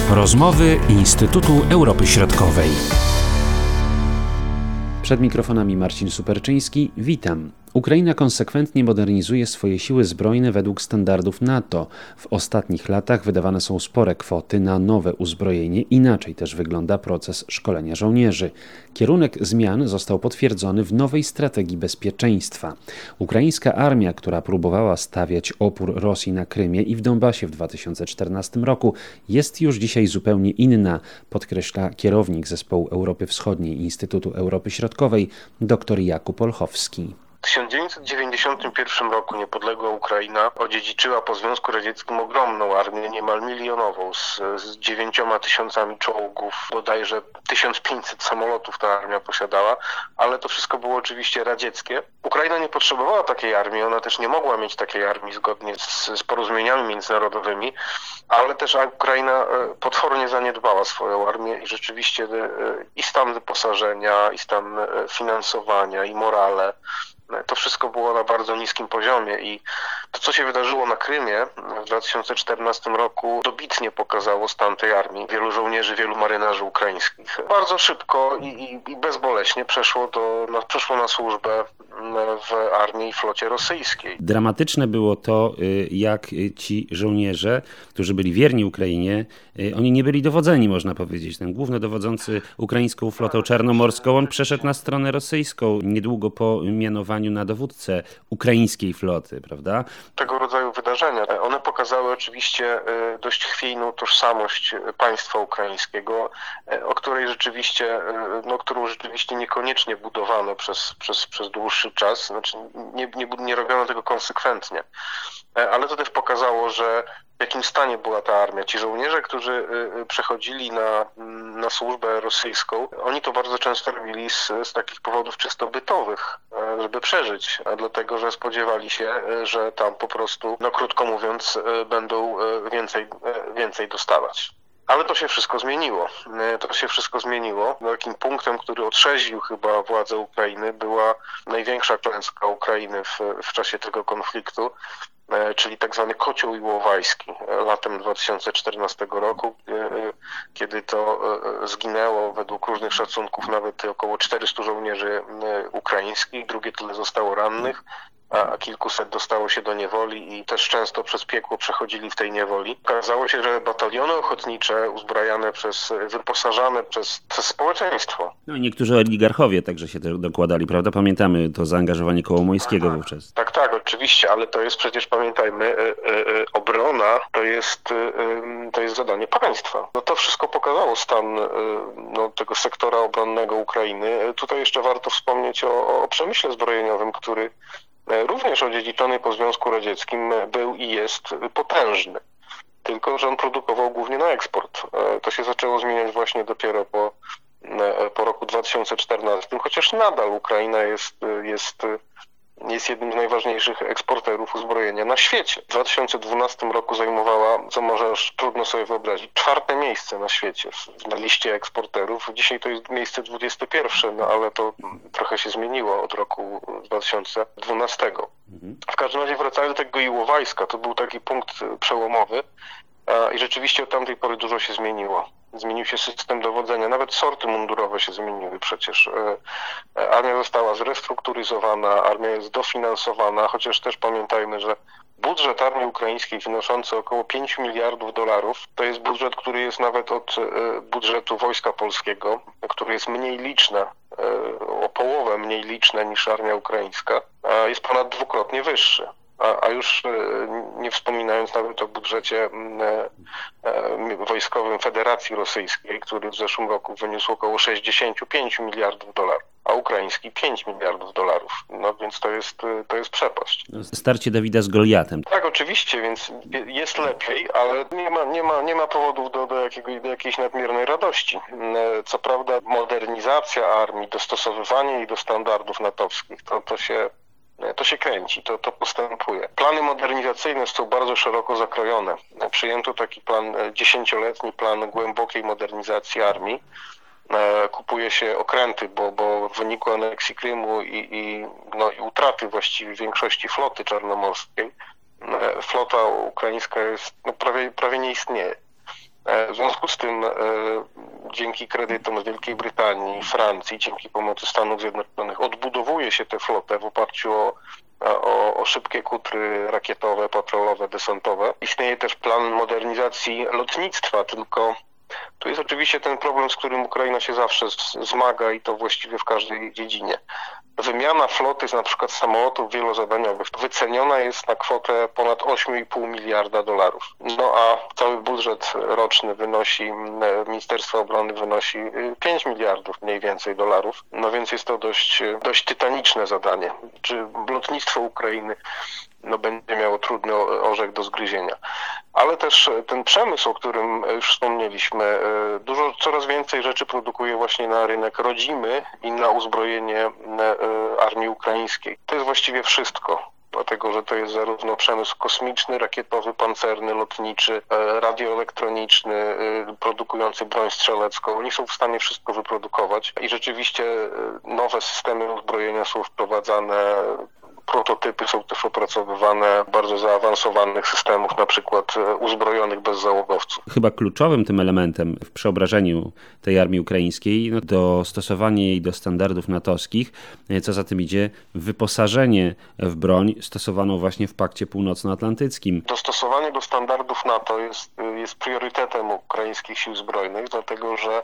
Rozmowy Instytutu Europy Środkowej. Przed mikrofonami Marcin Superczyński. Witam. Ukraina konsekwentnie modernizuje swoje siły zbrojne według standardów NATO. W ostatnich latach wydawane są spore kwoty na nowe uzbrojenie. Inaczej też wygląda proces szkolenia żołnierzy. Kierunek zmian został potwierdzony w nowej strategii bezpieczeństwa. Ukraińska armia, która próbowała stawiać opór Rosji na Krymie i w Donbasie w 2014 roku, jest już dzisiaj zupełnie inna, podkreśla kierownik Zespołu Europy Wschodniej Instytutu Europy Środkowej dr Jakub Olchowski. W 1991 roku niepodległa Ukraina odziedziczyła po Związku Radzieckim ogromną armię, niemal milionową, z 9 tysiącami czołgów, bodajże 1500 samolotów ta armia posiadała, ale to wszystko było oczywiście radzieckie. Ukraina nie potrzebowała takiej armii, ona też nie mogła mieć takiej armii zgodnie z porozumieniami międzynarodowymi, ale też Ukraina potwornie zaniedbała swoją armię i rzeczywiście i stan wyposażenia, i stan finansowania, i morale, to wszystko było na bardzo niskim poziomie i to, co się wydarzyło na Krymie w 2014 roku, dobitnie pokazało stan tej armii. Wielu żołnierzy, wielu marynarzy ukraińskich bardzo szybko i bezboleśnie przeszło na służbę w armii i flocie rosyjskiej. Dramatyczne było to, jak ci żołnierze, którzy byli wierni Ukrainie, oni nie byli dowodzeni, można powiedzieć. Ten głównodowodzący ukraińską flotą czarnomorską, on przeszedł na stronę rosyjską niedługo po mianowaniu na dowódcę ukraińskiej floty, prawda? Tego rodzaju wydarzenia, one pokazały oczywiście dość chwiejną tożsamość państwa ukraińskiego, którą rzeczywiście niekoniecznie budowano przez dłuższy czas, znaczy nie robiono tego konsekwentnie. Ale to też pokazało, że w jakim stanie była ta armia. Ci żołnierze, którzy przechodzili na służbę rosyjską, oni to bardzo często robili z takich powodów czysto bytowych, żeby przeżyć, dlatego że spodziewali się, że tam po prostu, krótko mówiąc, będą więcej dostawać. Ale to się wszystko zmieniło. Takim punktem, który otrzeźwił chyba władze Ukrainy, była największa klęska Ukrainy w czasie tego konfliktu, czyli tak zwany kocioł iłowajski latem 2014 roku, kiedy to zginęło według różnych szacunków nawet około 400 żołnierzy ukraińskich, drugie tyle zostało rannych, a kilkuset dostało się do niewoli i też często przez piekło przechodzili w tej niewoli. Okazało się, że bataliony ochotnicze uzbrajane wyposażane przez społeczeństwo. No i niektórzy oligarchowie także się też dokładali, prawda? Pamiętamy to zaangażowanie Kołomońskiego wówczas. Tak, oczywiście, ale to jest przecież, pamiętajmy, obrona to jest zadanie państwa. To wszystko pokazało stan tego sektora obronnego Ukrainy. Tutaj jeszcze warto wspomnieć o przemyśle zbrojeniowym, który również odziedziczony po Związku Radzieckim był i jest potężny. Tylko że on produkował głównie na eksport. To się zaczęło zmieniać właśnie dopiero po roku 2014, chociaż nadal Ukraina jest jednym z najważniejszych eksporterów uzbrojenia na świecie. W 2012 roku zajmowała, co może już trudno sobie wyobrazić, 4. miejsce na świecie na liście eksporterów. Dzisiaj to jest miejsce 21, ale to trochę się zmieniło od roku 2012. W każdym razie wracając do tego Iłowajska, to był taki punkt przełomowy i rzeczywiście od tamtej pory dużo się zmieniło. Zmienił się system dowodzenia, nawet sorty mundurowe się zmieniły przecież. Armia została zrestrukturyzowana, armia jest dofinansowana, chociaż też pamiętajmy, że budżet armii ukraińskiej wynoszący około $5 miliardów to jest budżet, który jest nawet od budżetu Wojska Polskiego, który jest mniej liczny, o połowę mniej liczny niż armia ukraińska, jest ponad dwukrotnie wyższy. A już nie wspominając nawet o budżecie wojskowym Federacji Rosyjskiej, który w zeszłym roku wyniósł około $65 miliardów, a ukraiński $5 miliardów. Więc to jest przepaść. Starcie Dawida z Goliatem. Tak, oczywiście, więc jest lepiej, ale nie ma powodów do jakiejś nadmiernej radości. Co prawda modernizacja armii, dostosowywanie jej do standardów natowskich, to się kręci, to postępuje. Plany modernizacyjne są bardzo szeroko zakrojone. Przyjęto taki plan, 10-letni plan głębokiej modernizacji armii. Kupuje się okręty, bo w wyniku aneksji Krymu i utraty właściwie większości floty czarnomorskiej, flota ukraińska jest prawie nie istnieje. W związku z tym dzięki kredytom z Wielkiej Brytanii, Francji, dzięki pomocy Stanów Zjednoczonych odbudowuje się tę flotę w oparciu o szybkie kutry rakietowe, patrolowe, desantowe. Istnieje też plan modernizacji lotnictwa, tylko tu jest oczywiście ten problem, z którym Ukraina się zawsze zmaga i to właściwie w każdej dziedzinie. Wymiana floty na przykład samolotów wielozadaniowych wyceniona jest na kwotę ponad 8,5 miliarda dolarów. No a cały budżet roczny Ministerstwa Obrony wynosi 5 miliardów mniej więcej dolarów. No więc jest to dość tytaniczne zadanie. Czy lotnictwo Ukrainy będzie miało trudny orzech do zgryzienia. Ale też ten przemysł, o którym już wspomnieliśmy, coraz więcej rzeczy produkuje właśnie na rynek rodzimy i na uzbrojenie armii ukraińskiej. To jest właściwie wszystko, dlatego że to jest zarówno przemysł kosmiczny, rakietowy, pancerny, lotniczy, radioelektroniczny, produkujący broń strzelecką. Oni są w stanie wszystko wyprodukować i rzeczywiście nowe systemy uzbrojenia są wprowadzane. Prototypy są też opracowywane bardzo zaawansowanych systemów, na przykład uzbrojonych bezzałogowców. Chyba kluczowym tym elementem w przeobrażeniu tej armii ukraińskiej, dostosowanie jej do standardów natowskich, co za tym idzie, wyposażenie w broń stosowaną właśnie w Pakcie Północnoatlantyckim. Dostosowanie do standardów NATO jest priorytetem ukraińskich sił zbrojnych, dlatego że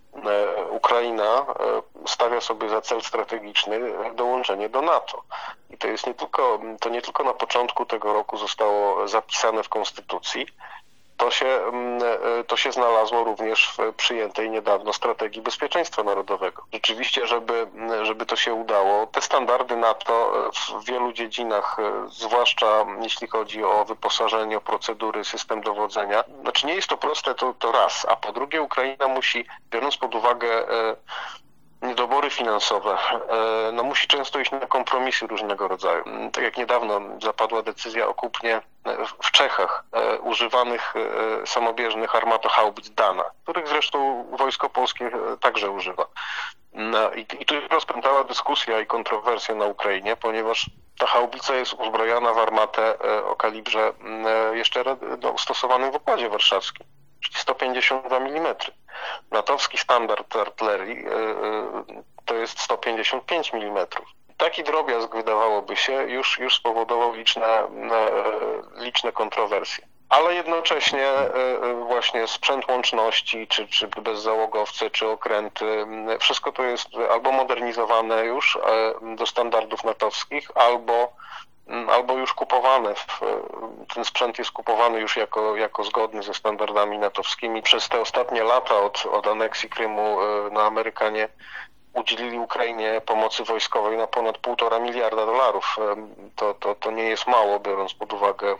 Ukraina stawia sobie za cel strategiczny dołączenie do NATO. I to nie tylko na początku tego roku zostało zapisane w Konstytucji, to się znalazło również w przyjętej niedawno strategii bezpieczeństwa narodowego. Rzeczywiście, żeby to się udało, te standardy NATO w wielu dziedzinach, zwłaszcza jeśli chodzi o wyposażenie, o procedury, system dowodzenia, nie jest to proste, to raz, a po drugie Ukraina musi, biorąc pod uwagę niedobory finansowe, musi często iść na kompromisy różnego rodzaju. Tak jak niedawno zapadła decyzja o kupnie w Czechach używanych samobieżnych armatohaubic Dana, których zresztą Wojsko Polskie także używa. I tu rozpętała dyskusja i kontrowersja na Ukrainie, ponieważ ta haubica jest uzbrojona w armatę o kalibrze jeszcze stosowanym w Układzie Warszawskim, czyli 152 mm. Natowski standard artylerii to jest 155 mm. Taki drobiazg, wydawałoby się, już spowodował liczne kontrowersje. Ale jednocześnie właśnie sprzęt łączności, czy bezzałogowce, czy okręty, wszystko to jest albo modernizowane już do standardów natowskich, albo już kupowane. Ten sprzęt jest kupowany już jako zgodny ze standardami natowskimi. Przez te ostatnie lata od aneksji Krymu Amerykanie udzielili Ukrainie pomocy wojskowej na ponad 1,5 miliarda dolarów. To nie jest mało, biorąc pod uwagę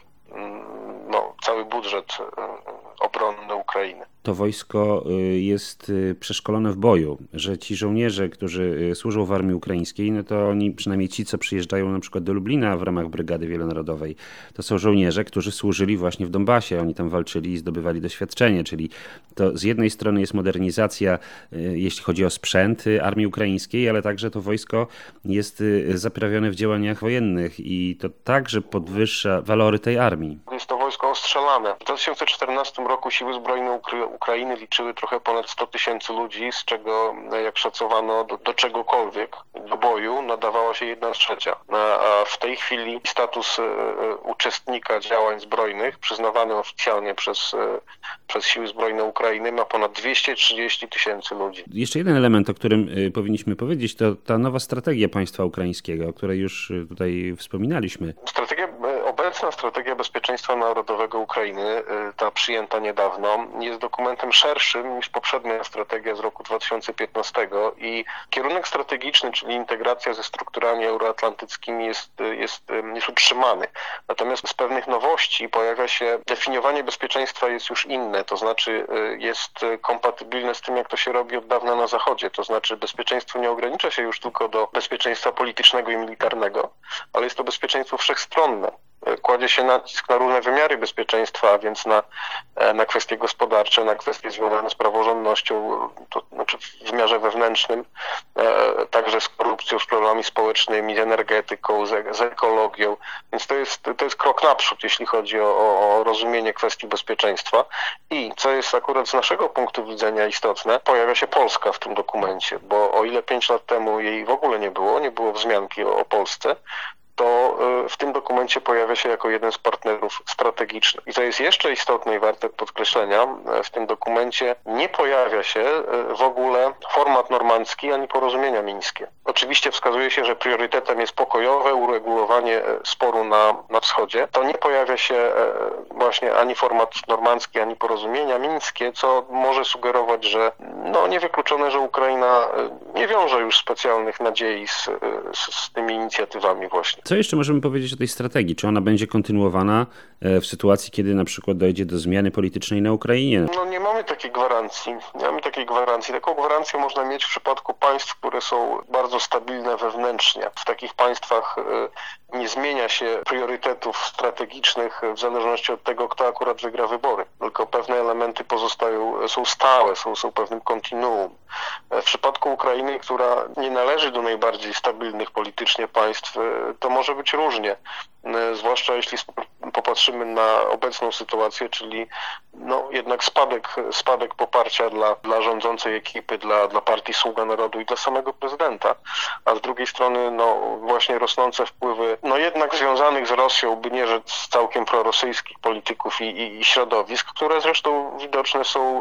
cały budżet obronny Ukrainy. To wojsko jest przeszkolone w boju, że ci żołnierze, którzy służą w armii ukraińskiej, to oni, przynajmniej ci, co przyjeżdżają na przykład do Lublina w ramach Brygady Wielonarodowej, to są żołnierze, którzy służyli właśnie w Donbasie. Oni tam walczyli i zdobywali doświadczenie, czyli to z jednej strony jest modernizacja, jeśli chodzi o sprzęt armii ukraińskiej, ale także to wojsko jest zaprawione w działaniach wojennych i to także podwyższa walory tej armii. Jest to wojsko ostrzelane. W 2014 roku siły zbrojne Ukrainy liczyły trochę ponad 100 000 ludzi, z czego, jak szacowano, do czegokolwiek, do boju nadawała się 1/3. A w tej chwili status uczestnika działań zbrojnych, przyznawany oficjalnie przez siły zbrojne Ukrainy, ma ponad 230 000 ludzi. Jeszcze jeden element, o którym powinniśmy powiedzieć, to ta nowa strategia państwa ukraińskiego, o której już tutaj wspominaliśmy. Obecna strategia bezpieczeństwa narodowego Ukrainy, ta przyjęta niedawno, jest dokumentem szerszym niż poprzednia strategia z roku 2015 i kierunek strategiczny, czyli integracja ze strukturami euroatlantyckimi jest utrzymany. Natomiast z pewnych nowości pojawia się, definiowanie bezpieczeństwa jest już inne, to znaczy jest kompatybilne z tym, jak to się robi od dawna na Zachodzie. To znaczy bezpieczeństwo nie ogranicza się już tylko do bezpieczeństwa politycznego i militarnego, ale jest to bezpieczeństwo wszechstronne. kładzie się nacisk na różne wymiary bezpieczeństwa, a więc na kwestie gospodarcze, na kwestie związane z praworządnością, to znaczy w wymiarze wewnętrznym, także z korupcją, z problemami społecznymi, z energetyką, z ekologią. Więc to jest krok naprzód, jeśli chodzi o rozumienie kwestii bezpieczeństwa. I co jest akurat z naszego punktu widzenia istotne, pojawia się Polska w tym dokumencie, bo o ile 5 lat temu jej w ogóle nie było wzmianki o Polsce, to w tym dokumencie pojawia się jako jeden z partnerów strategicznych. I co jest jeszcze istotne i warte podkreślenia, w tym dokumencie nie pojawia się w ogóle format normandzki ani porozumienia mińskie. Oczywiście wskazuje się, że priorytetem jest pokojowe uregulowanie sporu na wschodzie. To nie pojawia się właśnie ani format normandzki, ani porozumienia mińskie, co może sugerować, że niewykluczone, że Ukraina nie wiąże już specjalnych nadziei z tymi inicjatywami właśnie. Co jeszcze możemy powiedzieć o tej strategii? Czy ona będzie kontynuowana w sytuacji, kiedy na przykład dojdzie do zmiany politycznej na Ukrainie? Nie mamy takiej gwarancji. Taką gwarancję można mieć w przypadku państw, które są bardzo stabilne wewnętrznie. W takich państwach nie zmienia się priorytetów strategicznych w zależności od tego, kto akurat wygra wybory. Tylko pewne elementy są stałe, są pewnym kontinuum. W przypadku Ukrainy, która nie należy do najbardziej stabilnych politycznie państw, to może być różnie. Zwłaszcza jeśli popatrzymy na obecną sytuację, czyli jednak spadek poparcia dla rządzącej ekipy, dla partii Sługa Narodu i dla samego prezydenta, a z drugiej strony właśnie rosnące wpływy jednak związanych z Rosją, by nie rzec całkiem prorosyjskich polityków i środowisk, które zresztą widoczne są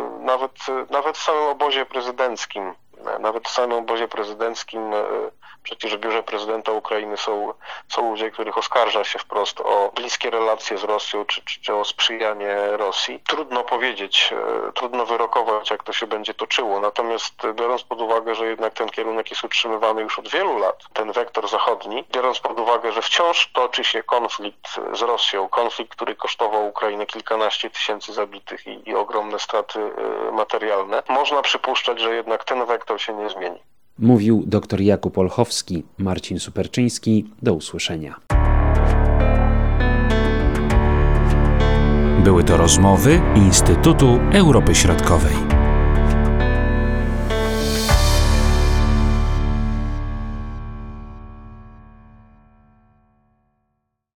nawet w samym obozie prezydenckim. Nawet w samym obozie prezydenckim, przecież w biurze prezydenta Ukrainy są ludzie, których oskarża się wprost o bliskie relacje z Rosją, czy o sprzyjanie Rosji. Trudno powiedzieć, trudno wyrokować, jak to się będzie toczyło. Natomiast biorąc pod uwagę, że jednak ten kierunek jest utrzymywany już od wielu lat, ten wektor zachodni, biorąc pod uwagę, że wciąż toczy się konflikt z Rosją, konflikt, który kosztował Ukrainę kilkanaście tysięcy zabitych i ogromne straty materialne, można przypuszczać, że jednak ten wektor się nie zmieni. Mówił dr Jakub Olchowski, Marcin Superczyński. Do usłyszenia. Były to rozmowy Instytutu Europy Środkowej.